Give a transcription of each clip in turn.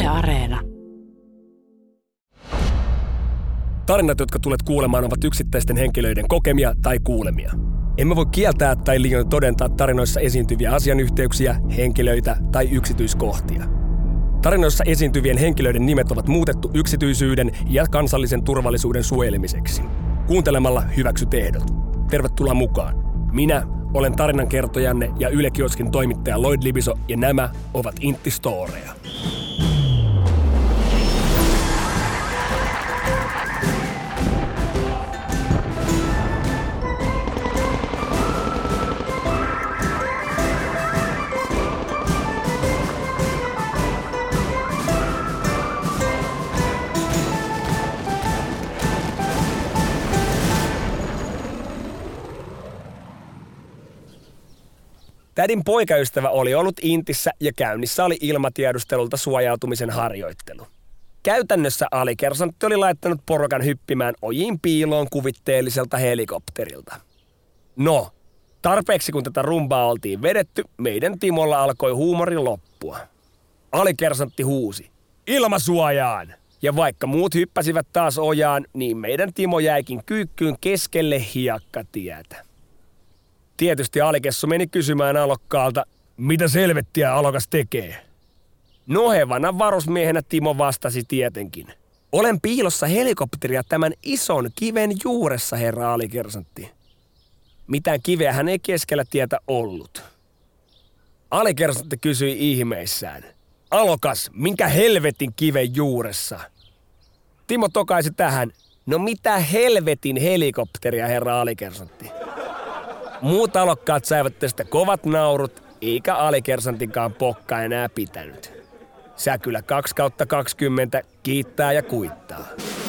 Yle Areena. Tarinat, jotka tulet kuulemaan, ovat yksittäisten henkilöiden kokemia tai kuulemia. Emme voi kieltää tai liioin todentaa tarinoissa esiintyviä asianyhteyksiä, henkilöitä tai yksityiskohtia. Tarinoissa esiintyvien henkilöiden nimet ovat muutettu yksityisyyden ja kansallisen turvallisuuden suojelemiseksi. Kuuntelemalla hyväksyt ehdot. Tervetuloa mukaan. Minä olen tarinankertojanne ja Yle Kioskin toimittaja Lloyd Libiso ja nämä ovat Intti Storeja. Tädin poikaystävä oli ollut Intissä ja käynnissä oli ilmatiedustelulta suojautumisen harjoittelu. Käytännössä alikersantti oli laittanut porukan hyppimään ojiin piiloon kuvitteelliselta helikopterilta. No, tarpeeksi kun tätä rumbaa oltiin vedetty, meidän Timolla alkoi huumori loppua. Alikersantti huusi, ilmasuojaan! Ja vaikka muut hyppäsivät taas ojaan, niin meidän Timo jäikin kyykkyyn keskelle hiekkatietä. Tietysti Alikessu meni kysymään alokkaalta, mitä selvettiä alokas tekee. Nohevana varusmiehenä Timo vastasi tietenkin. Olen piilossa helikopteria tämän ison kiven juuressa, herra alikersantti. Mitään kiveä hän ei keskellä tietä ollut. Alikersantti kysyi ihmeissään. Alokas, minkä helvetin kiven juuressa? Timo tokaisi tähän, no mitä helvetin helikopteria, herra alikersantti? Muut alokkaat saivat tästä kovat naurut, eikä alikersantinkaan pokka enää pitänyt. Säkylä 2/20 kiittää ja kuittaa.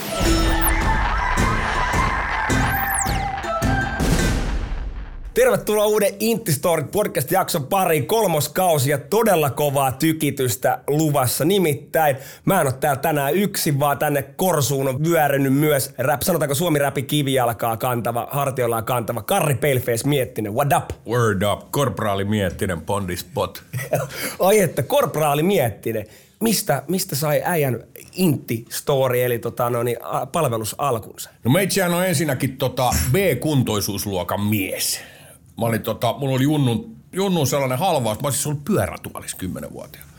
Tervetuloa uuden Intti Story podcast-jakson pariin, 3. kausi ja todella kovaa tykitystä luvassa. Nimittäin mä en ole täällä tänään yksin, vaan tänne korsuun on vyörynyt myös sanotaanko Suomi-räpi kivijalkaa kantava, hartioillaan kantava Karri Paleface Miettinen. What up? Word up. Korporaali Miettinen, Bondispot. Ai että, Korporaali Miettinen. Mistä sai äijän Intti Story, eli palvelus alkunsa? No meitsehän on ensinnäkin B-kuntoisuusluokan mies. Mä olin mulla oli junnun sellainen halvaus, mä olisin ollut pyörätuolis 10-vuotiaana.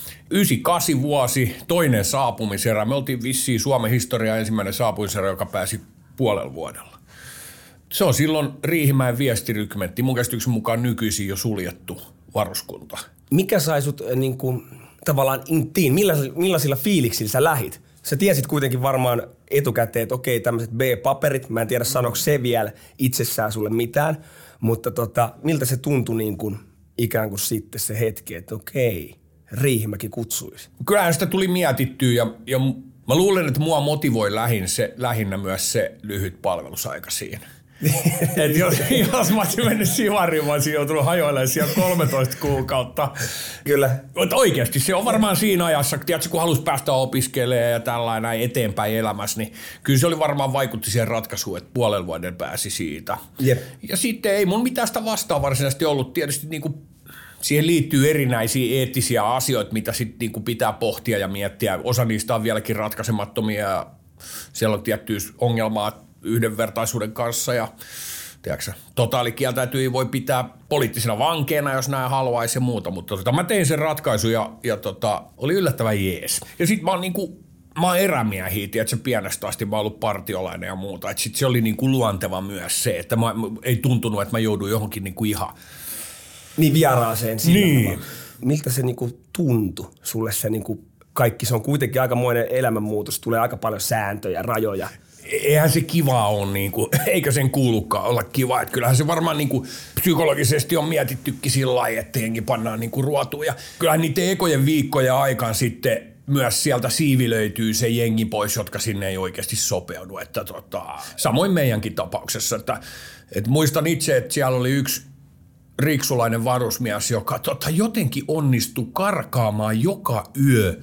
98 vuosi, toinen saapumiserä. Me oltiin vissiin Suomen historian ensimmäinen saapumiserä, joka pääsi 5 vuodella. Se on silloin Riihimäen viestirykmentti. Mun käsityksen mukaan nykyisin jo suljettu varuskunta. Mikä sai sut tavallaan Inttiin? Millaisilla fiiliksillä sä lähit? Sä tiesit kuitenkin varmaan etukäteen, että okei, tämmöiset B-paperit, mä en tiedä sanoiko se vielä itsessään sulle mitään, mutta miltä se tuntui ikään kuin sitten se hetki, että okei, Riihimäki kutsuisi? Kyllähän sitä tuli mietittyä ja mä luulen, että mua motivoi lähinnä myös se lyhyt palvelusaika siinä. Et jos mä olisin mennyt sivariin, mä olisin joutunut hajoilemaan siellä 13 kuukautta. Kyllä. Mutta oikeasti se on varmaan siinä ajassa, tiedätkö, kun halusi päästä opiskelemaan ja tällainen eteenpäin elämässä, niin kyllä se oli varmaan vaikutti siihen ratkaisuun, että 5 vuoden pääsi siitä. Jep. Ja sitten ei mun mitään sitä vastaan varsinaisesti ollut. Tietysti siihen liittyy erinäisiä eettisiä asioita, mitä sitten pitää pohtia ja miettiä. Osa niistä on vieläkin ratkaisemattomia ja siellä on tiettyä ongelmaa yhdenvertaisuuden kanssa ja tiedätkö, totaalikieltäytyjiä voi pitää poliittisena vankeena, jos näin haluaisi ja muuta, mutta mä tein sen ratkaisun ja oli yllättävän jees. Ja sit mä oon erämiehiä, tiedätkö, pienestä asti mä oon ollut partiolainen ja muuta, että sit se oli luonteva myös se, että ei tuntunut, että mä jouduin johonkin ihan niin vieraaseen siinä. Niin. Miltä se tuntui sulle se kaikki, se on kuitenkin aikamoinen elämänmuutos, tulee aika paljon sääntöjä, rajoja. Eihän se kiva ole, eikä sen kuulukaan olla kiva. Että kyllähän se varmaan psykologisesti on mietittykin sillä lailla, että jengi pannaan ruotuun. Ja kyllähän niiden ekojen viikkojen aikaan sitten myös sieltä siivilöityy se jengi pois, jotka sinne ei oikeasti sopeudu. Että samoin meidänkin tapauksessa. Että muistan itse, että siellä oli yksi riksulainen varusmies, joka jotenkin onnistui karkaamaan joka yö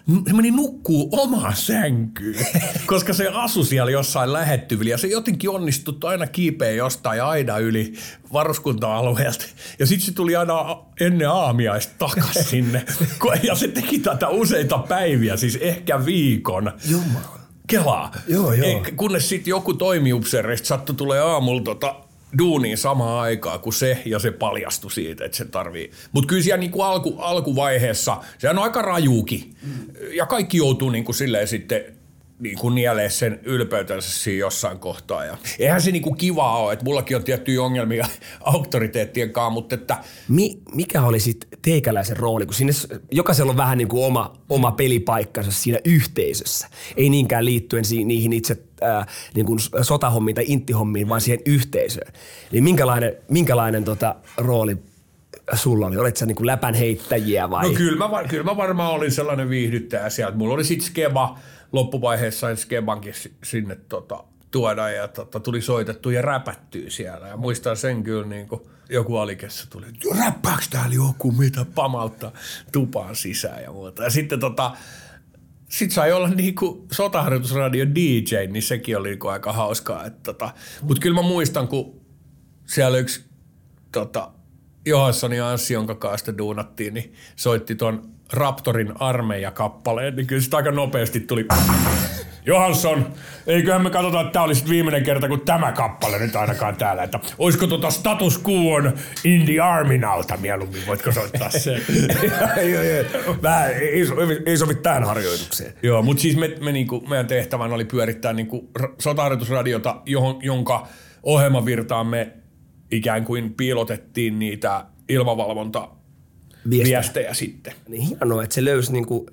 se meni nukkuu omaan sänkyyn, koska se asui siellä jossain lähettyvillä ja se jotenkin onnistui aina kiipeä jostain aina yli varuskunta-alueelta. Ja sitten se tuli aina ennen aamiaista takaisin sinne ja se teki tätä useita päiviä, siis ehkä viikon. Jumala. Kelaa. Joo. Kunnes sitten joku toimiupseereista sattui tulee aamulla duuniin samaan aikaan kuin se, ja se paljastui siitä, että se tarvii. Mutta kyllä siellä niinku alkuvaiheessa, se on aika rajuukin. Ja kaikki joutuu niinku silleen sitten niinku nielee sen ylpeytensä siinä jossain kohtaa. Ja eihän se niinku kivaa ole, että mullakin on tiettyjä ongelmia auktoriteettien kanssa, mutta että... Mikä oli sitten teikäläisen rooli, kun sinne jokaisella on vähän niin kuin oma pelipaikkansa siinä yhteisössä. Ei niinkään liittyen niihin itse niin kuin sotahommiin tai inttihommiin, vaan siihen yhteisöön. Niin minkälainen rooli sulla oli? Olit sä niin kuin läpän heittäjiä vai? No kyllä mä varmaan olin sellainen viihdyttäjä sieltä. Mulla oli sitten skeba, loppuvaiheessa sain skebankin sinne tuoda ja tuli soitettu ja räpättyä siellä. Ja muistan sen kyllä niin kuin joku alikessa tuli, että räppääks täällä joku, mitä pamauttaa tupaan sisään ja muuta. Ja sitten sit sai olla niinku sotaharjoitusradio DJ, niin sekin oli niinku aika hauskaa. Mutta kyllä mä muistan, kun siellä yksi Johansson ja Anssi, jonka kanssa duunattiin, niin soitti ton Raptorin armeijakappaleen, niin kyllä sitä aika nopeasti tuli Johansson, eiköhän me katsota, että tää olisi viimeinen kerta, kun tämä kappale nyt ainakaan täällä, että olisiko Status Quo in the Armin alta mieluummin, voitko soittaa sen? Vähän ei sovi tähän harjoitukseen. Joo, mutta siis meidän tehtävän oli pyörittää niinku sotaharjoitusradiota, jonka ohjelmavirtaan me ikään kuin piilotettiin niitä ilmavalvontaviestejä sitten. Niin hienoa, että se löysi niinku,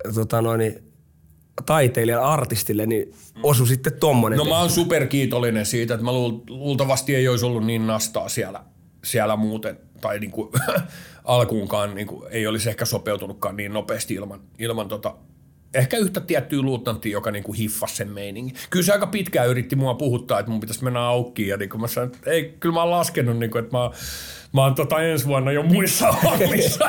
taiteilijan artistille, niin osui sitten tommonen. No mä oon superkiitollinen siitä, että mä luultavasti ei olisi ollut niin nastaa siellä muuten, tai niinku, alkuunkaan niinku, ei olisi ehkä sopeutunutkaan niin nopeasti ilman ehkä yhtä tiettyä luutnanttia, joka niinku hiffasi sen meiningin. Kyllä se aika pitkään yritti mua puhuttaa, että mun pitäisi mennä aukkiin, ja niinku mä sanoin, että ei, kyllä mä oon laskenut, niinku, että mä oon ensi vuonna jo muissa hommissa.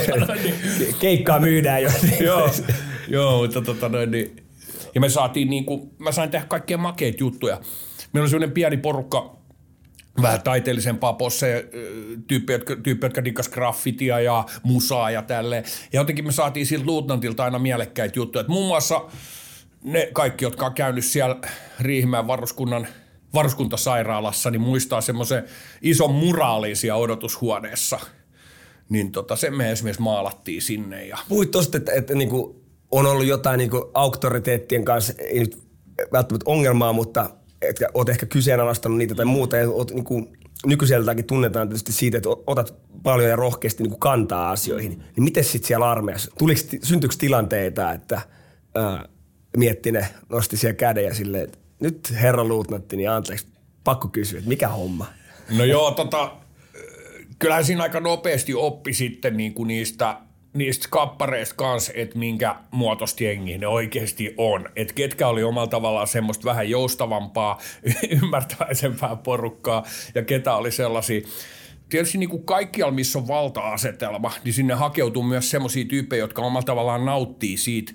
Keikkaa myydään jo. Joo, mutta ja me saatiin niinku, mä sain tehdä kaikkia makeita juttuja. Meillä oli sellainen pieni porukka, vähän taiteellisempaa posseja, tyyppejä, jotka dikkas graffitia ja musaa ja tälleen. Ja jotenkin me saatiin siltä luutnantilta aina mielekkäitä juttuja. Et muun muassa ne kaikki, jotka on käynyt siellä Riihimäen varuskuntasairaalassa, niin muistaa semmoisen ison muraalin siellä odotushuoneessa. Niin sen me esimerkiksi maalattiin sinne. Ja... Puhuit tosta, että niinku on ollut jotain niinku auktoriteettien kanssa, ei nyt välttämättä ongelmaa, mutta että oot ehkä kyseenalaistanut niitä tai muuta. Ja oot niinku, nykyiseltäänkin tunnetaan tietysti siitä, että otat paljon ja rohkeasti niinku kantaa asioihin. Niin miten sitten siellä armeijassa? Syntyykö tilanteita, että Miettinen nosti siellä käden ja silleen, että nyt herra luutnantti, niin anteeksi, pakko kysyä, että mikä homma? No joo, kyllähän siinä aika nopeasti oppi sitten niinku niistä kappareista kanssa, että minkä muotoista jengiä ne oikeasti on. Että ketkä oli omalla tavallaan semmoista vähän joustavampaa, ymmärtäväisempää porukkaa ja ketä oli sellaisia. Tietysti niin kuin kaikkialla, missä on valta-asetelma, niin sinne hakeutuu myös semmoisia tyyppejä, jotka omalla tavallaan nauttii siitä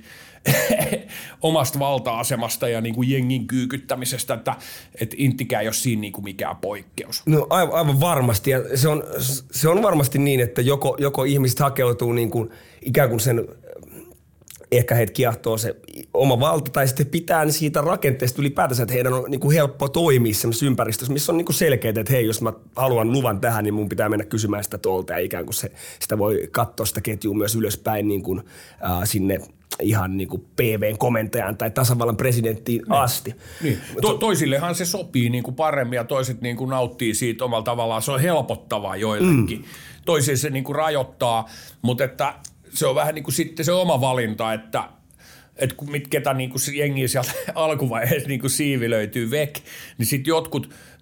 omasta valta-asemasta ja niin kuin jengin kyykyttämisestä, että inttikään ei ole siinä niin kuin mikään poikkeus. No aivan varmasti, ja se on varmasti niin, että joko ihmiset hakeutuu niin kuin ikään kuin sen, ehkä heitä kiehtoo se oma valta, tai sitten pitää siitä rakenteesta ylipäätänsä, että heidän on niin kuin helppo toimia semmoisessa ympäristössä, missä on niin kuin selkeää, että hei, jos mä haluan luvan tähän, niin mun pitää mennä kysymään sitä tuolta, ja ikään kuin sitä voi katsoa sitä ketjua myös ylöspäin niin kuin, sinne ihan niin kuin PV-komentajan tai tasavallan presidenttiin asti. Niin. Toisillehan se sopii niin kuin paremmin ja toiset niin kuin nauttii siitä omalla tavallaan. Se on helpottavaa joillekin. Toisille se niin kuin rajoittaa, mutta että se on vähän niin kuin sitten se oma valinta, että ketä niin kuin jengiä sieltä alkuvaiheessa niin kuin siivilöityy vek, niin sitten jotkut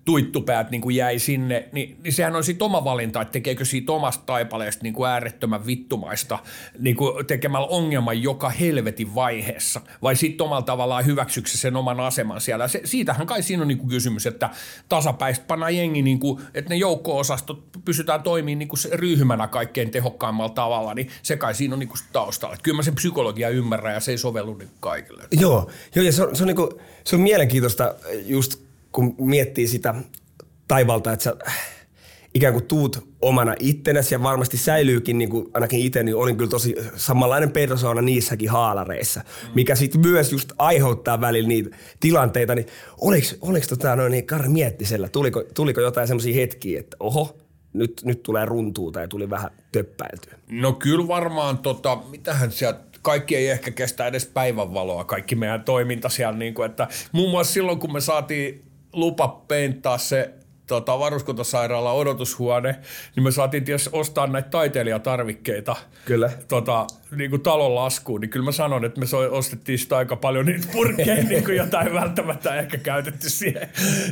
tuittupäät niin kuin jäi sinne, niin sehän on sitten oma valinta, että tekeekö siitä omasta taipaleesta niin kuin äärettömän vittumaista niin kuin tekemällä ongelman joka helvetin vaiheessa, vai sitten omalla tavallaan hyväksyykö sen oman aseman siellä. Siitähän kai siinä on niin kuin kysymys, että tasapäistä pannaan jengi, niin kuin, että ne joukko-osastot pysytään toimimaan niin kuin ryhmänä kaikkein tehokkaimmalla tavalla, niin se kai siinä on niin kuin taustalla. Että kyllä mä sen psykologia ymmärrän ja se ei sovellu niin kaikille. Joo, ja se on mielenkiintoista just kun miettii sitä taivalta, että sä ikään kuin tuut omana ittenäsi ja varmasti säilyykin, niin kuin ainakin itse, niin olin kyllä tosi samanlainen persoona niissäkin haalareissa, mikä sitten myös just aiheuttaa välillä niitä tilanteita, niin oliko Karri Miettisellä, tuliko jotain semmoisia hetkiä, että oho, nyt tulee runtuu tai tuli vähän töppäiltyä? No kyllä varmaan mitähän sieltä, kaikki ei ehkä kestä edes päivänvaloa, kaikki meidän toiminta siellä, niin kuin, että muun muassa silloin, kun me saatiin lupa peinttaa se varuskuntasairaalan odotushuone, niin me saatiin tietysti ostaa näitä taiteilijatarvikkeita kyllä. Niin kuin talon laskuun, niin kyllä mä sanon, että me ostettiin sitä aika paljon niitä purkkeja, niin kuin jotain välttämättä ehkä käytetty siihen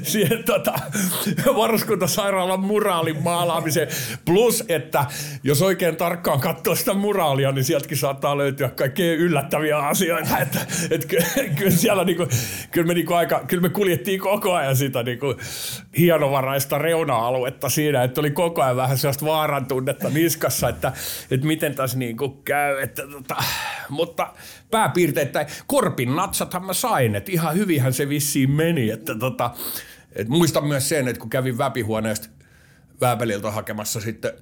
varuskuntasairaalan muraalin maalaamiseen. Plus, että jos oikein tarkkaan katsoo sitä muraalia, niin sieltäkin saattaa löytyä kaikkea yllättäviä asioita. Kyllä siellä niinku, kyllä me kuljettiin koko ajan sitä niinku hienovaraista reuna-aluetta siinä, että oli koko ajan vähän sellaista vaaran tunnetta niskassa, että miten tässä niinku käy. Mutta pääpiirteittäin Korpin natsathan mä sain, että ihan hyvinhän se vissiin meni. Että muistan myös sen, että kun kävin Väpihuoneesta Vääpeliltä hakemassa sitten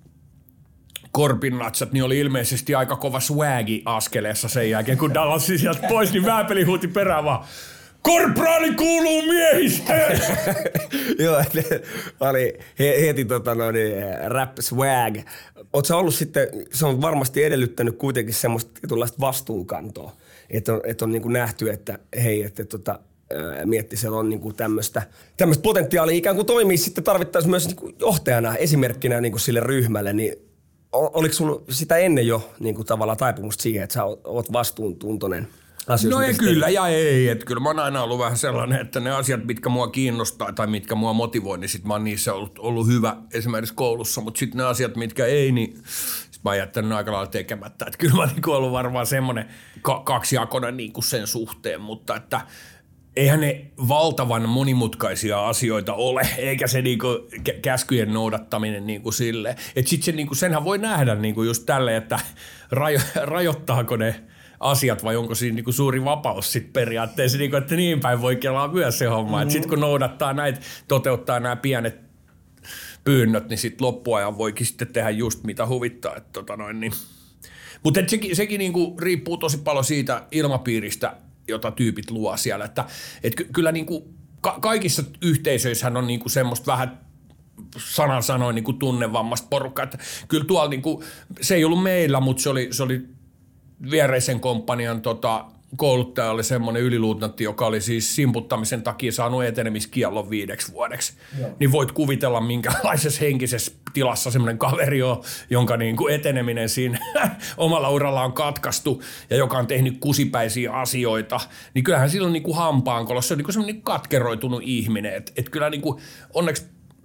Korpin natsat, niin oli ilmeisesti aika kova swagi askeleessa sen jälkeen, kun Dallasin sieltä pois, niin Vääpeli huuti perään vaan, korpraali kuuluu miehistöön! Joo, oli heti rap swag. Oot sä ollut sitten, se on varmasti edellyttänyt kuitenkin semmoista tietynlaista vastuunkantoa, että on niin kuin nähty, että hei, että Miettisellä on niin tämmöistä potentiaalia ikään kuin toimii sitten tarvittaisiin myös niin johtajana, esimerkkinä niin kuin sille ryhmälle, niin oliko sulla sitä ennen jo niin kuin tavallaan taipumusta siihen, että sä oot vastuuntuntoinen? No ei kyllä ja ei, että kyllä mä oon aina ollut vähän sellainen, että ne asiat, mitkä mua kiinnostaa tai mitkä mua motivoi, niin sit mä oon niissä ollut hyvä esimerkiksi koulussa, mutta sitten ne asiat, mitkä ei, niin sit mä oon jättänyt aika lailla tekemättä. Että kyllä mä oon niin ollut varmaan semmoinen kaksijakoinen niin kuin sen suhteen, mutta että eihän ne valtavan monimutkaisia asioita ole, eikä se niinku käskyjen noudattaminen niinku silleen. Että sit se niinku, senhän voi nähdä niinku just tälleen, että rajoittaako ne asiat vai onko siinä niinku suuri vapaus sit periaatteessa, niinku, että niin päin voi kelaa myös se homma. Mm-hmm. Sitten kun noudattaa näitä, toteuttaa nämä pienet pyynnöt, niin sitten loppuajan voikin sitten tehdä just mitä huvittaa. Niin. Mutta sekin niinku riippuu tosi paljon siitä ilmapiiristä, jota tyypit luo siellä. Että kyllä niinku kaikissa yhteisöissähän on niinku semmoista vähän sanan sanoin niinku tunnevammasta porukkaa. Että kyllä tuolla niinku, se ei ollut meillä, mutta se oli viereisen komppanian kouluttaja oli semmoinen yliluutnantti, joka oli siis simputtamisen takia saanut etenemiskiellon 5 vuodeksi. Joo. Niin voit kuvitella, minkälaisessa henkisessä tilassa semmoinen kaveri on, jonka niin kuin eteneminen siinä omalla uralla on katkaistu ja joka on tehnyt kusipäisiä asioita. Niin kyllähän sillä on niin kuin hampaankolossa, se on niin kuin semmoinen katkeroitunut ihminen. Et kyllä niin kuin, onneksi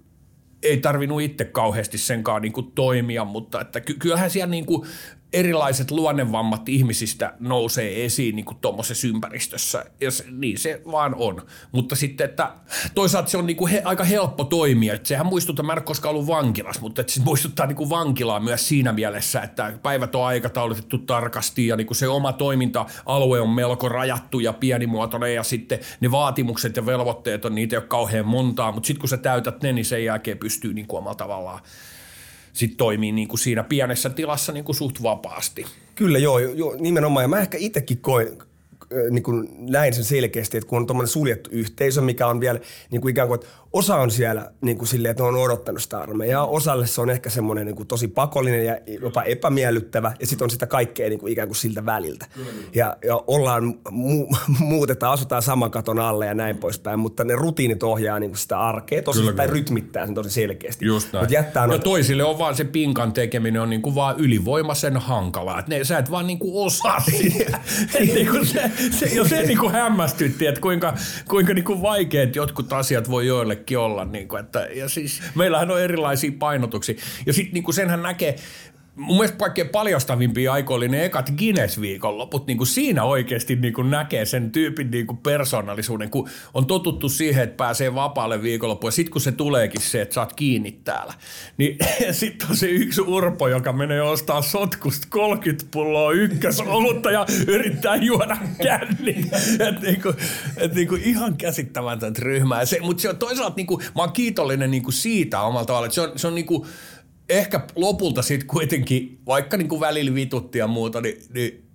ei tarvinnut itse kauheasti senkaan niin kuin toimia, mutta että kyllähän siellä niin kuin erilaiset luonnevammat ihmisistä nousee esiin niin kuin tuommoisessa ympäristössä, ja niin se vaan on. Mutta sitten, että toisaalta se on niin kuin aika helppo toimia. Että sehän muistuttaa, mä en ole koskaan ollut vankilassa, mutta että se muistuttaa niin kuin vankilaa myös siinä mielessä, että päivät on aikataulutettu tarkasti, ja niin kuin se oma toiminta-alue on melko rajattu ja pienimuotoinen, ja sitten ne vaatimukset ja velvoitteet on niitä, ei ole kauhean montaa, mutta sitten kun sä täytät ne, niin sen jälkeen pystyy niin kuin omalla tavallaan sitten toimii niin kuin siinä pienessä tilassa niin kuin suht vapaasti. Kyllä joo, nimenomaan. Ja mä ehkä itsekin niin kuin näin sen selkeästi, että kun on tommoinen suljettu yhteisö, mikä on vielä niin kuin ikään kuin, että osa on siellä niin kuin silleen, että ne on odottanut sitä armeijaa. Osalle se on ehkä semmoinen niin kuin tosi pakollinen ja jopa epämiellyttävä, ja sitten on sitä kaikkea niin kuin ikään kuin siltä väliltä. Ja ollaan, muutetaan, asutaan saman katon alle ja näin poispäin, mutta ne rutiinit ohjaa niin kuin sitä arkea tosi, tai rytmittää sen tosi selkeästi. Just näin. Ja toisille on vaan se pinkan tekeminen on niin kuin vaan ylivoimaisen hankalaa. Sä et vaan niin kuin osaa sitä. se niinku hämmästytti, että kuinka niinku vaikeat jotkut asiat voi joillekin olla. Niinku, ja siis meillähän on erilaisia painotuksia. Ja sitten niinku senhän näkee, mun mielestä kaikkein paljastavimpia aikoja oli ne ekat Guinness-viikonloput. Niin kuin siinä oikeasti niin kuin näkee sen tyypin niin kuin persoonallisuuden, kun on totuttu siihen, että pääsee vapaalle viikonloppuun. Ja sitten kun se tuleekin se, että sä oot kiinni täällä, niin sitten on se yksi urpo, joka menee ostaa sotkusta 30 pulloa ykkösolutta ja yrittää juoda känni. Että niinku ihan käsittämätöntä ryhmää. Mutta se on toisaalta, niinku, mä oon kiitollinen niinku siitä omalla tavalla, että se on niinku, ehkä lopulta sitten kuitenkin, vaikka niinku välillä vitutti ja muuta, niin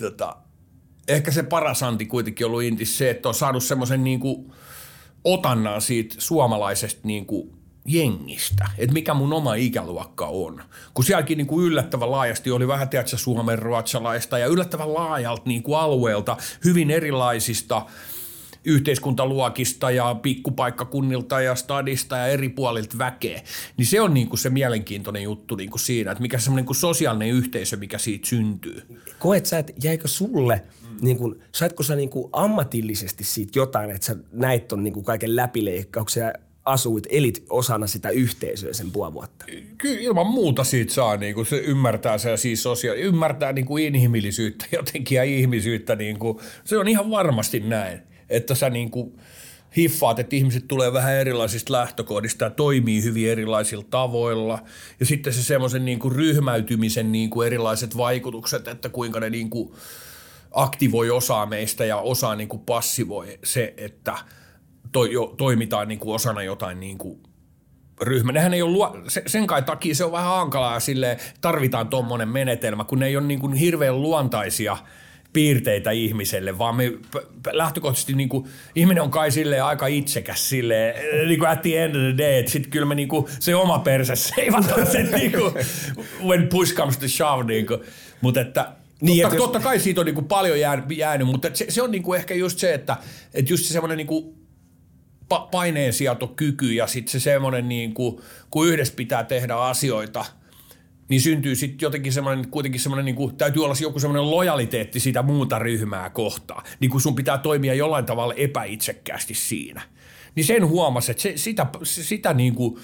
ehkä se paras anti kuitenkin ollut Intissä se, että on saanut semmoisen niinku otannan siitä suomalaisesta niinku jengistä, että mikä mun oma ikäluokka on. Kun sielläkin niinku yllättävän laajasti oli vähän tiedätkö suomen ruotsalaista ja yllättävän laajalta niinku alueelta, hyvin erilaisista yhteiskuntaluokista ja pikkupaikkakunnilta ja stadista ja eri puolilta väkeä, niin se on niinku se mielenkiintoinen juttu niinku siinä, että mikä semmoinen niinku sosiaalinen yhteisö, mikä siitä syntyy. Koet sä, että jäikö sulle, niinku, saitko sä niinku ammatillisesti siitä jotain, että sä näit ton niinku kaiken läpileikkauksen ja elit osana sitä yhteisöä sen puoli vuotta? Kyllä ilman muuta siitä saa, niinku, se ymmärtää se siis ymmärtää niinku inhimillisyyttä jotenkin ja ihmisyyttä, niinku, se on ihan varmasti näin. Että sä niinku hiffaat, että ihmiset tulee vähän erilaisista lähtökohdista ja toimii hyvin erilaisilla tavoilla. Ja sitten se semmoisen niinku ryhmäytymisen niinku erilaiset vaikutukset, että kuinka ne niinku aktivoi osaa meistä ja osaa niinku passivoi se, että toimitaan niinku osana jotain niinku ryhmä. Nehän ei ole sen kai takia se on vähän hankalaa silleen, tarvitaan tommonen menetelmä, kun ne ei ole niinku hirveän luontaisia piirteitä ihmiselle, vaan me lähtökohtaisesti niinku, ihminen on kai silleen aika itsekäs silleen, niinku at the end of the day, että sit kyllä me niinku, se oma perse seivataan sen niinku, when push comes to shove niinku, mutta että totta kai siitä on niinku paljon jäänyt, mutta se on niinku ehkä just se, että just se semmoinen niinku paineensietokyky ja sitten se semmoinen niinku, kun yhdessä pitää tehdä asioita, niin syntyy sitten jotenkin semmoinen, kuitenkin semmoinen, niin kuin, täytyy olla joku semmoinen lojaliteetti sitä muuta ryhmää kohtaan. Niin kuin sun pitää toimia jollain tavalla epäitsekkäästi siinä. Niin sen huomasi, että sitä niin kuin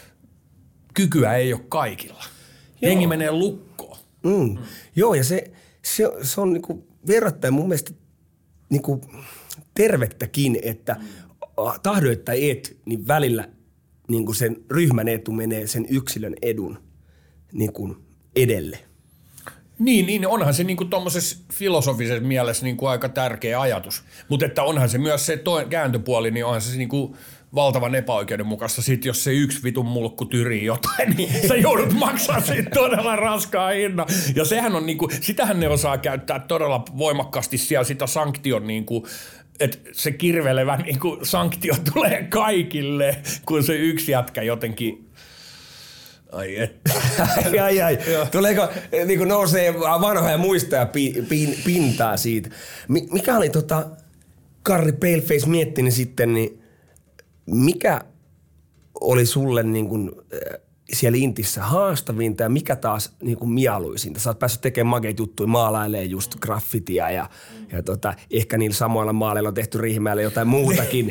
kykyä ei ole kaikilla. Jengi menee lukkoon. Joo, ja se on niin kuin verrattain mun mielestä niin kuin tervettäkin, että tahdoit tai et, niin välillä niin kuin sen ryhmän etu menee sen yksilön edun niin kuin edelle. Niin, onhan se niin kuin tuommoisessa filosofisessa mielessä niin kuin aika tärkeä ajatus. Mutta että onhan se myös se kääntöpuoli, niin onhan se niin kuin valtavan epäoikeudenmukaista. Sitten jos se yksi vitun mulkku tyrii jotain, niin sä joudut maksaa siitä todella raskaan hinnan. Ja sehän on niin kuin, sitähän ne osaa käyttää todella voimakkaasti siellä sitä sanktion niin kuin, että se kirvelevä niin kuin sanktio tulee kaikille, kun se yksi jätkä jotenkin. Ai että. ai. Tuleeko, niin kuin nousee vanhoja muistoja pintaa siitä. Mikä oli Karri Paleface miettinyt sitten, niin mikä oli sulle niin kuin, siellä Intissä haastavinta ja mikä taas niin kuin mieluisinta? Sä oot päässyt tekemään makeita juttuja, maalailemaan just graffitia ja ehkä niillä samoilla maaleilla on tehty Riihimäelle jotain muutakin.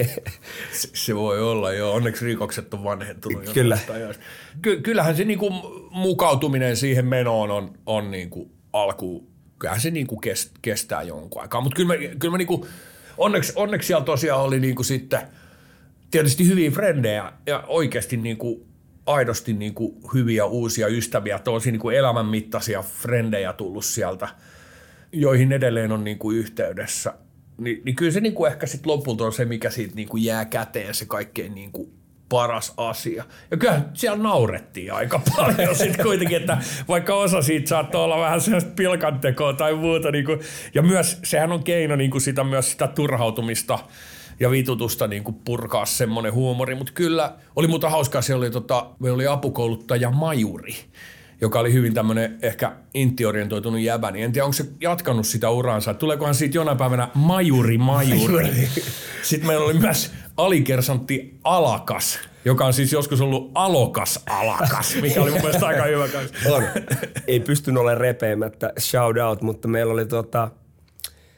Se voi olla, joo. Onneksi rikokset on vanhentunut. Kyllä. Kyllähän se niinku mukautuminen siihen menoon on niinku alkuun. Kyllähän se niinku kestää jonkun aikaa. Mutta kyllä mä niinku, onneksi siellä tosiaan oli niinku sitten tietysti hyviä frendejä ja oikeasti niinku aidosti niinku hyviä uusia ystäviä, tosi niinku elämänmittaisia frendejä tullut sieltä, joihin edelleen on niinku yhteydessä. Niin kyllä se niinku ehkä sit lopulta on se, mikä siitä niinku jää käteen, se kaikkein niinku paras asia. Ja kyllä siellä naurettiin aika paljon sitten kuitenkin, että vaikka osa siitä saattoi olla vähän sellaista pilkantekoa tai muuta. Niinku, ja myös sehän on keino niinku myös sitä turhautumista ja vitutusta niin kuin purkaa semmoinen huumori, mutta kyllä oli muuta hauskaa, meillä oli apukouluttaja Majuri, joka oli hyvin tämmöinen ehkä intti-orientoitunut jäbä, niin en tiedä, onko se jatkanut sitä uraansa, tuleekohan siitä jonain päivänä Majuri. Sitten meillä oli myös alikersantti Alakas, joka on siis joskus ollut Alokas, mikä oli mun mielestä aika hyvä kanssa. On. Ei pystynyt olemaan repeämättä, shout out, mutta meillä oli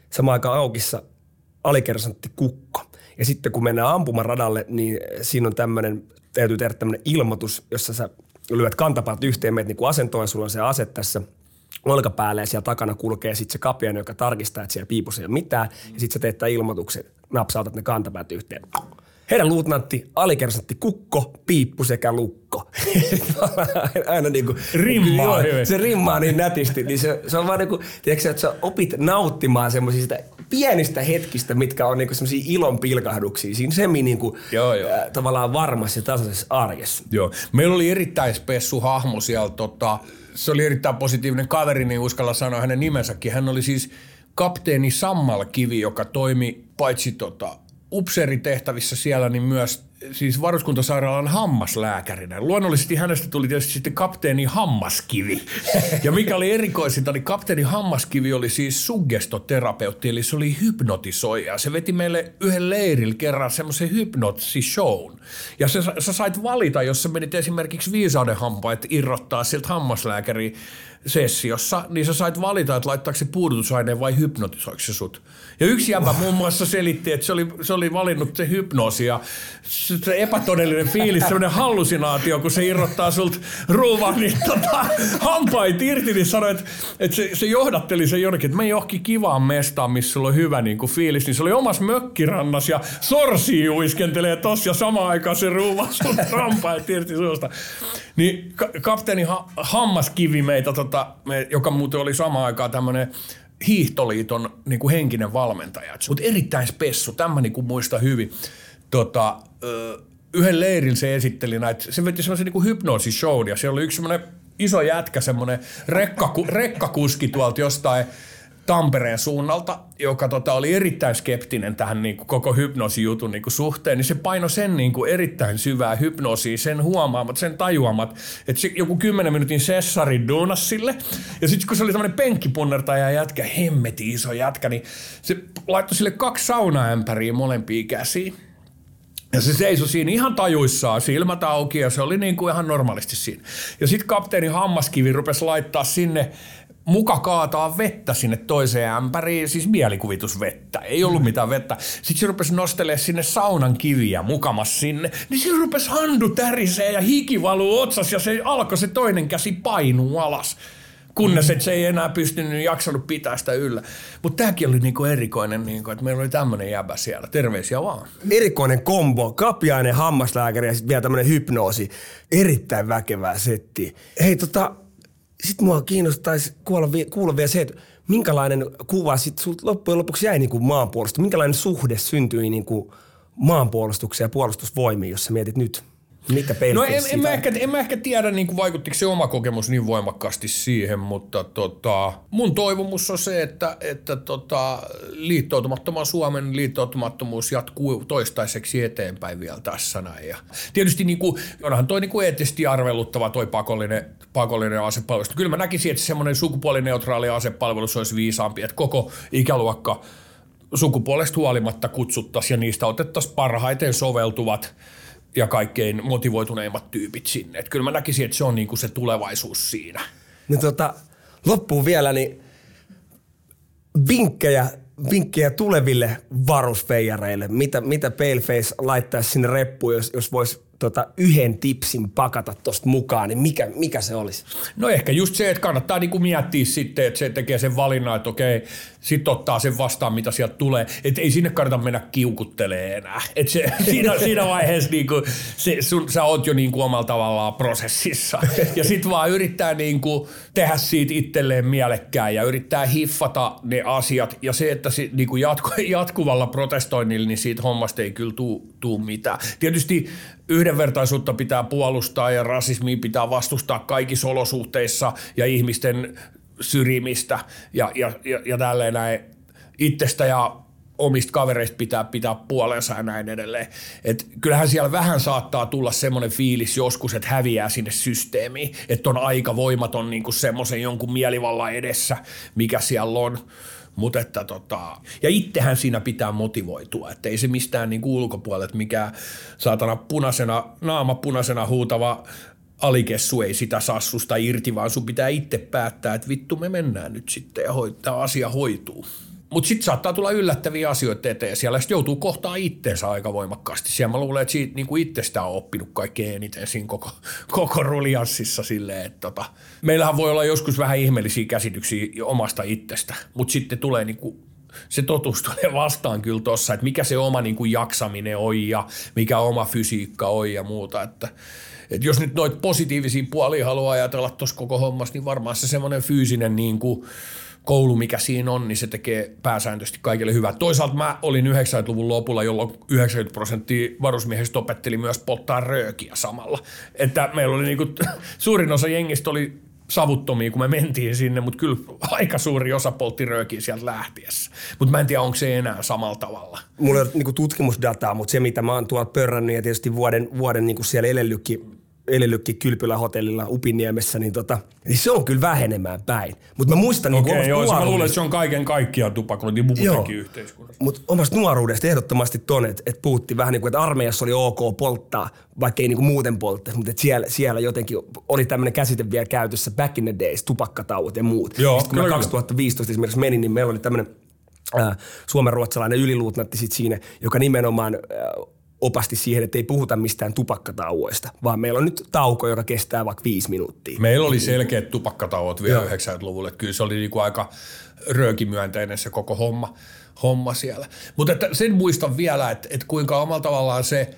samaan aikaan aukissa alikersantti Kukko. Ja sitten kun mennään ampumaradalle, niin siinä on täytyy tehdä tämmöinen ilmoitus, jossa sä lyöt kantapäät yhteen, meet niin asentoon ja sulla on se ase tässä olkapäällä ja siellä takana kulkee sitten se kapteeni, joka tarkistaa, että siellä piipussa ei ole mitään. Ja sitten sä teet tämän ilmoituksen, napsautat ne kantapäät yhteen. Heidän luutnantti, alikersantti Kukko, piippu sekä lukko. Aina niinku rimmaa hyvin. Se rimmaa niin nätisti. Niin se on vaan niinku, tiedätkö, että sä opit nauttimaan semmoisista pienistä hetkistä, mitkä on niinku semmoisia ilon pilkahduksia. Siinä semi niinku, tavallaan varmassa ja tasaisessa arjessa. Joo. Meillä oli erittäin spessu hahmo siellä. Se oli erittäin positiivinen kaveri, niin uskalla sanoa hänen nimensäkin. Hän oli siis kapteeni Sammalkivi, joka toimi paitsi upseeritehtävissä siellä, niin myös siis varuskuntasairaalan hammaslääkärinä. Luonnollisesti hänestä tuli tietysti sitten kapteeni Hammaskivi. Ja mikä oli erikoisinta, niin kapteeni Hammaskivi oli siis suggestoterapeutti, eli se oli hypnotisoija. Se veti meille yhden leirillä kerran semmoisen hypnotishown. Ja sä sait valita, jos sä menit esimerkiksi viisauden hampaat irrottaa siltä hammaslääkäriä sessiossa, niin sä sait valita, että laittaako se puudutusaineen vai hypnotisoiko se sut. Ja yksi jäbä muun muassa selitti, että se oli valinnut se hypnoosi ja se epätodellinen fiilis, semmoinen hallusinaatio, kun se irrottaa sulta ruuvan, niin hampaita irti, niin sanoi, että se johdatteli sen jonnekin, että me johonkin kivaan mestaan, missä sulla on hyvä niin kuin fiilis, niin se oli omassa mökkirannas ja sorsi uiskentelee tossa ja samaan aikaan se ruuvan sulta hampaita irti suusta. Niin kapteeni Hammaskivi meitä, joka muuten oli samaan aikaan tämmöinen Hiihtoliiton niin kuin henkinen valmentaja. Mutta erittäin spessu, tämä niin kuin muista hyvin. Yhden leirillä se esitteli näitä, se veti semmoisen niin kuin hypnoosishown ja siellä oli yksi semmoinen iso jätkä, semmoinen rekkakuski tuolta jostain Tampereen suunnalta, joka oli erittäin skeptinen tähän niin kuin koko hypnoosijutun niin kuin suhteen, niin se painoi sen niin kuin erittäin syvää hypnoosia, sen huomaamat, sen tajuamat, että se joku 10 minuutin sessari duunas sille, ja sitten kun se oli tämmöinen penkkipunnertaja jätkä, hemmeti iso jätkä, niin se laittoi sille 2 saunaämpäriä molempia käsiä, ja se seisoi siinä ihan tajuissaan, silmät auki, ja se oli niin kuin ihan normaalisti siinä. Ja sitten kapteeni Hammaskivi rupesi laittaa sinne muka kaataa vettä sinne toiseen ämpäriin, siis mielikuvitusvettä, ei ollut mitään vettä. Sitten se rupesi nostelemaan sinne saunan kiviä mukamas sinne, niin se rupesi handu tärisee ja hiki valuu otsas ja se alkoi se toinen käsi painuu alas. Kunnes et se ei enää pystynyt jaksanut pitää sitä yllä. Mutta tämäkin oli niinku erikoinen, niinku, että meillä oli tämmöinen jäbä siellä. Terveisiä vaan. Erikoinen kombo, kapiainen hammaslääkäri ja sitten vielä tämmöinen hypnoosi. Erittäin väkevää settiä. Hei sitten mua kiinnostaisi kuulla vielä se, että minkälainen kuva sitten sulta loppujen lopuksi jäi niinku maanpuolustus. Minkälainen suhde syntyi niinku maanpuolustukseen ja puolustusvoimiin, jos sä mietit nyt? Mitä no en mä ehkä tiedä, niin vaikuttiko se oma kokemus niin voimakkaasti siihen, mutta mun toivomus on se, että liittoutumattoman Suomen liittoutumattomuus jatkuu toistaiseksi eteenpäin vielä tässä näin. Ja tietysti niin kuin, onhan toi niin kuin eettisesti arveluttava toi pakollinen asepalvelus. Kyllä mä näkisin, että semmoinen sukupuolineutraali asepalvelus olisi viisaampi, että koko ikäluokka sukupuolesta huolimatta kutsuttaisiin ja niistä otettaisiin parhaiten soveltuvat ja kaikkein motivoituneimmat tyypit sinne. Että kyllä mä näkisin, että se on niinku se tulevaisuus siinä. No loppuun vielä, niin vinkkejä tuleville varusfeijareille. Mitä Paleface laittaisi sinne reppuun, jos voisi yhden tipsin pakata tosta mukaan, niin mikä se olisi? No ehkä just se, että kannattaa niinku miettiä sitten, että se tekee sen valinnan, että okei, sitten ottaa sen vastaan, mitä sieltä tulee. Että ei sinne kannata mennä kiukuttelemaan enää. Että siinä vaiheessa niinku, sä oot jo niinku omalla tavallaan prosessissa. Ja sitten vaan yrittää niinku tehdä siitä itselleen mielekkään ja yrittää hiffata ne asiat. Ja se, että niinku jatkuvalla protestoinnilla, niin siitä hommasta ei kyllä tuu mitään. Tietysti yhdenvertaisuutta pitää puolustaa ja rasismia pitää vastustaa kaikissa olosuhteissa ja ihmisten syrjimistä ja tälleen näin. Itsestä ja omista kavereista pitää puolensa ja näin edelleen. Et kyllähän siellä vähän saattaa tulla semmoinen fiilis joskus, että häviää sinne systeemiin, että on aika voimaton niinku semmoisen jonkun mielivallan edessä, mikä siellä on. Mutta ja itsehän siinä pitää motivoitua, että ei se mistään niinku ulkopuolelta mikään saatana naama punaisena huutava alikessu ei sitä saa susta irti, vaan sun pitää itse päättää, että vittu me mennään nyt sitten ja tämä asia hoituu. Mutta sitten saattaa tulla yllättäviä asioita eteen siellä, sitten joutuu kohtaa itteensä aika voimakkaasti. Siellä mä luulen, että siitä niin kuin itsestään on oppinut kaikkein eniten siinä koko ruljanssissa silleen, että meillähän voi olla joskus vähän ihmeellisiä käsityksiä omasta itsestä, mutta sitten tulee niin kuin se totuus tulee vastaan kyllä tossa, että mikä se oma niin kuin jaksaminen on ja mikä oma fysiikka on ja muuta, että jos nyt noita positiivisia puolia haluaa ajatella tuossa koko hommassa, niin varmaan se semmoinen fyysinen niin kuin koulu, mikä siinä on, niin se tekee pääsääntöisesti kaikille hyvää. Toisaalta mä olin 90-luvun lopulla, jolloin 90% varusmiehistä opetteli myös polttaa röökiä samalla. Että meillä oli niinku, suurin osa jengistä oli savuttomia, kun me mentiin sinne, mutta kyllä aika suuri osa poltti röökiä sieltä lähtiessä. Mutta mä en tiedä, onko se enää samalla tavalla. Mulla ei ole niinku tutkimusdataa, mutta se mitä mä oon tuolla pörrännyt ja tietysti vuoden niinku siellä Elelykki Kylpylän hotellilla Upiniemessä, niin se on kyllä vähenemään päin. Mutta mä muistan niin omasta mä luulen, että se on kaiken kaikkiaan tupakointi muutenkin yhteiskunnassa. Mutta omasta nuoruudesta ehdottomasti ton, että puhuttiin vähän niin kuin, että armeijassa oli ok polttaa, vaikka ei niin kuin muuten polttaisi, mutta siellä jotenkin oli tämmöinen käsite vielä käytössä back in the days, tupakkatauot ja muut. Joo, sitten kun mä 2015 esimerkiksi menin, niin meillä oli tämmöinen suomenruotsalainen yliluutnantti sit siinä, joka nimenomaan opasti siihen, että ei puhuta mistään tupakkatauoista, vaan meillä on nyt tauko, joka kestää vaikka 5 minuuttia. Meillä oli selkeät tupakkatauot vielä 90-luvulla. Kyllä se oli niinku aika röökimyönteinen se koko homma siellä. Mutta sen muistan vielä, että kuinka omalla tavallaan se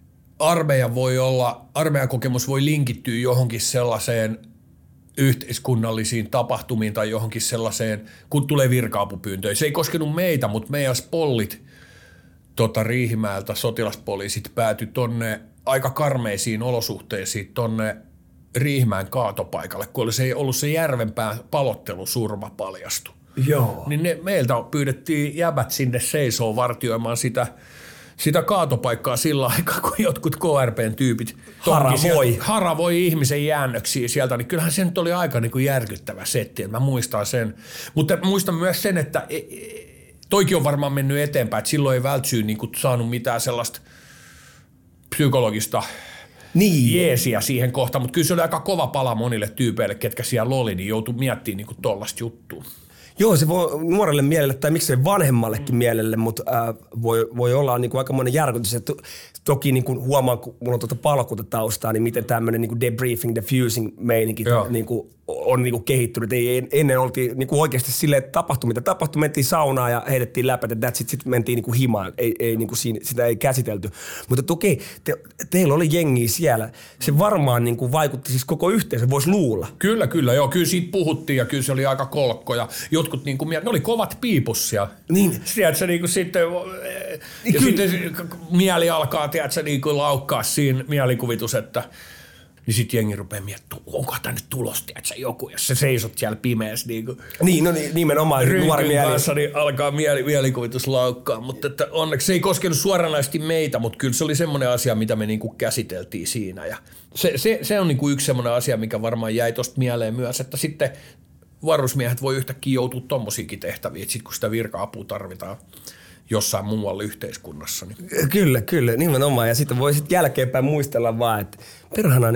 armeijan kokemus voi linkittyä johonkin sellaiseen yhteiskunnallisiin tapahtumiin tai johonkin sellaiseen, kun tulee virka-apupyyntöjä. Se ei koskenut meitä, mutta meidän spollit Riihimäeltä sotilaspoliisit päätyi tonne aika karmeisiin olosuhteisiin tonne Riihimäen kaatopaikalle, kun oli ollut se Järvenpään palottelusurma paljastu. Joo. Niin meiltä pyydettiin jäbät sinne seisoo vartioimaan sitä kaatopaikkaa sillä aikaa, kun jotkut KRPn tyypit haravoi ihmisen jäännöksiä sieltä, niin kyllähän se nyt oli aika niin kuin järkyttävä setti, että mä muistan sen. Mutta muistan myös sen, että toikin on varmaan mennyt eteenpäin, että silloin ei vältsyy niin kuin saanut mitään sellaista psykologista jeesiä siihen kohtaan, mutta kyllä se oli aika kova pala monille tyypeille, ketkä siellä oli, niin joutui miettimään niin kuin tollaista juttua. Joo, se voi nuorelle mielelle tai miksei vanhemmallekin mielelle, mutta voi olla niin kuin aikamoinen järkytys. Että toki niin kuin huomaan, kun mulla on palokuntataustaa, niin miten tämmöinen niin kuin debriefing, diffusing meininki niin kuin on niin kuin kehittynyt. Ennen oltiin niin kuin oikeasti silleen, että tapahtui mitä tapahtui, mentiin saunaan ja heitettiin läpät, että sitten mentiin niin kuin himaan. Ei niin kuin sitä ei käsitelty. Mutta toki teillä oli jengiä siellä. Se varmaan niin kuin vaikutti siis koko yhteisö, voisi luulla. Kyllä, joo. Kyllä siitä puhuttiin ja kyllä se oli aika kolkko ja jotkut niin kuin, ne oli kovat piipussia. Niin. Tiedätkö, niin kuin sitten, ja sitten mieli alkaa, tiedätkö, niin kuin laukkaa siinä mielikuvitus, että niin sitten jengi rupeaa miettimään, onko tänne tulos, tiedätkö, joku, jos sä seisot siellä pimeässä niin kuin nimenomaan nuori mieli. Kanssa, niin alkaa mielikuvitus laukkaa, mutta että onneksi se ei koskenut suoranaisesti meitä, mutta kyllä se oli semmoinen asia, mitä me niin kuin käsiteltiin siinä ja se on niin kuin yksi semmoinen asia, mikä varmaan jäi tosta mieleen myös, että sitten varusmiehet voi yhtäkkiä joutua tommosiakin tehtäviin, että sitten kun sitä virka-apua tarvitaan jossain muualla yhteiskunnassa. Niin. Kyllä, nimenomaan. Ja sitten voi sitten jälkeenpäin muistella vaan, että perhana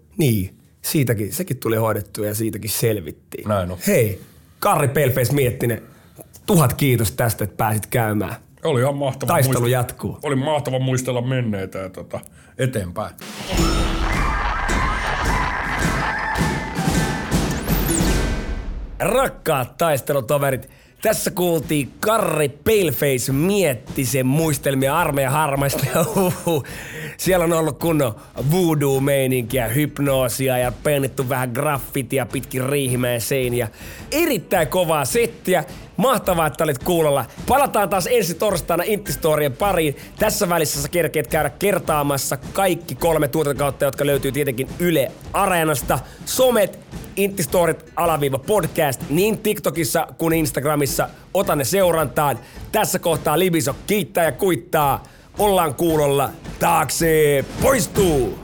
sekin tuli hoidettua ja siitäkin selvittiin. Näin on. Hei, Karri Paleface Miettinen, 1000 kiitos tästä, että pääsit käymään. Oli ihan mahtava. Taistelu jatkuu. Oli mahtava muistella menneitä ja eteenpäin. Rakkaat taistelutoverit, tässä kuultiin Karri Paleface Miettisen muistelmia armeijan harmaista. Siellä on ollut kunnon voodoo-meininkiä, hypnoosia ja pennittu vähän graffitia pitkin Riihimäen seiniä. Erittäin kovaa settiä. Mahtavaa, että olit kuulolla. Palataan taas ensi torstaina Intti-storien pariin. Tässä välissä sä kerkeet käydä kertaamassa kaikki 3 tuotantokautta, jotka löytyy tietenkin Yle Areenasta. Somet, Intti-storit _podcast niin TikTokissa kuin Instagramissa. Ota ne seurantaan. Tässä kohtaa Libiso kiittää ja kuittaa. Ollaan kuulolla. Taakse poistuu!